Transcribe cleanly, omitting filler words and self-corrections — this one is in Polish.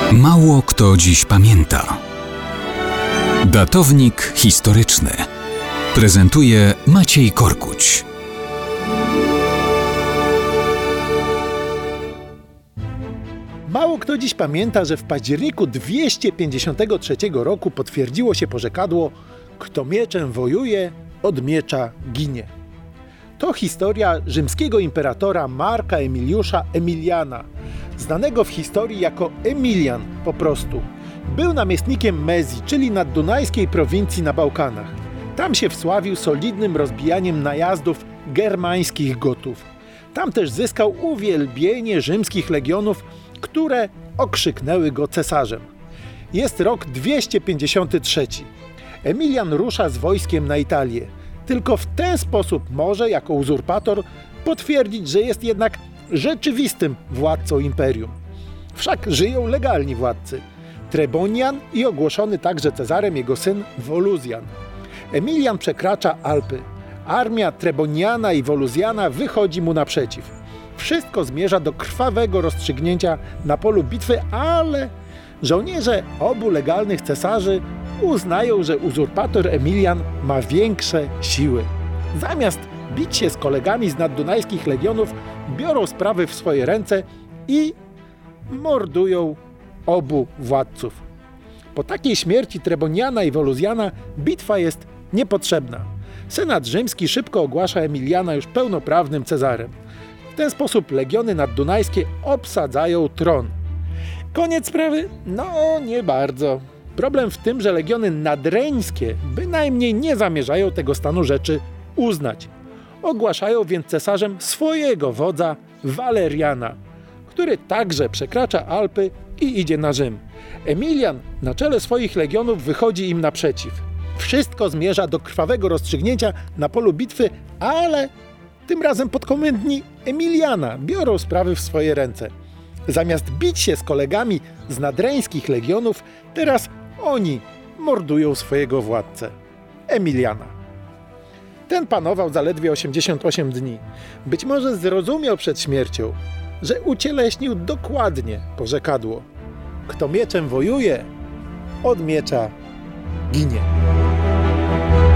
Mało kto dziś pamięta. Datownik historyczny prezentuje Maciej Korkuć. Mało kto dziś pamięta, że w październiku 253 roku potwierdziło się porzekadło: kto mieczem wojuje, od miecza ginie. To historia rzymskiego imperatora Marka Emiliusza Emiliana, znanego w historii jako Emilian po prostu. Był namiestnikiem Mezji, czyli naddunajskiej prowincji na Bałkanach. Tam się wsławił solidnym rozbijaniem najazdów germańskich Gotów. Tam też zyskał uwielbienie rzymskich legionów, które okrzyknęły go cesarzem. Jest rok 253. Emilian rusza z wojskiem na Italię. Tylko w ten sposób może, jako uzurpator, potwierdzić, że jest jednak rzeczywistym władcą imperium. Wszak żyją legalni władcy: Trebonian i ogłoszony także cezarem jego syn Woluzjan. Emilian przekracza Alpy. Armia Treboniana i Woluzjana wychodzi mu naprzeciw. Wszystko zmierza do krwawego rozstrzygnięcia na polu bitwy, ale żołnierze obu legalnych cesarzy uznają, że uzurpator Emilian ma większe siły. Zamiast bić się z kolegami z naddunajskich legionów, biorą sprawy w swoje ręce i mordują obu władców. Po takiej śmierci Treboniana i Woluzjana bitwa jest niepotrzebna. Senat rzymski szybko ogłasza Emiliana już pełnoprawnym cezarem. W ten sposób legiony naddunajskie obsadzają tron. Koniec sprawy? No, nie bardzo. Problem w tym, że legiony nadreńskie bynajmniej nie zamierzają tego stanu rzeczy uznać. Ogłaszają więc cesarzem swojego wodza Waleriana, który także przekracza Alpy i idzie na Rzym. Emilian na czele swoich legionów wychodzi im naprzeciw. Wszystko zmierza do krwawego rozstrzygnięcia na polu bitwy, ale tym razem podkomendni Emiliana biorą sprawy w swoje ręce. Zamiast bić się z kolegami z nadreńskich legionów, teraz oni mordują swojego władcę, Emiliana. Ten panował zaledwie 88 dni. Być może zrozumiał przed śmiercią, że ucieleśnił dokładnie porzekadło: kto mieczem wojuje, od miecza ginie.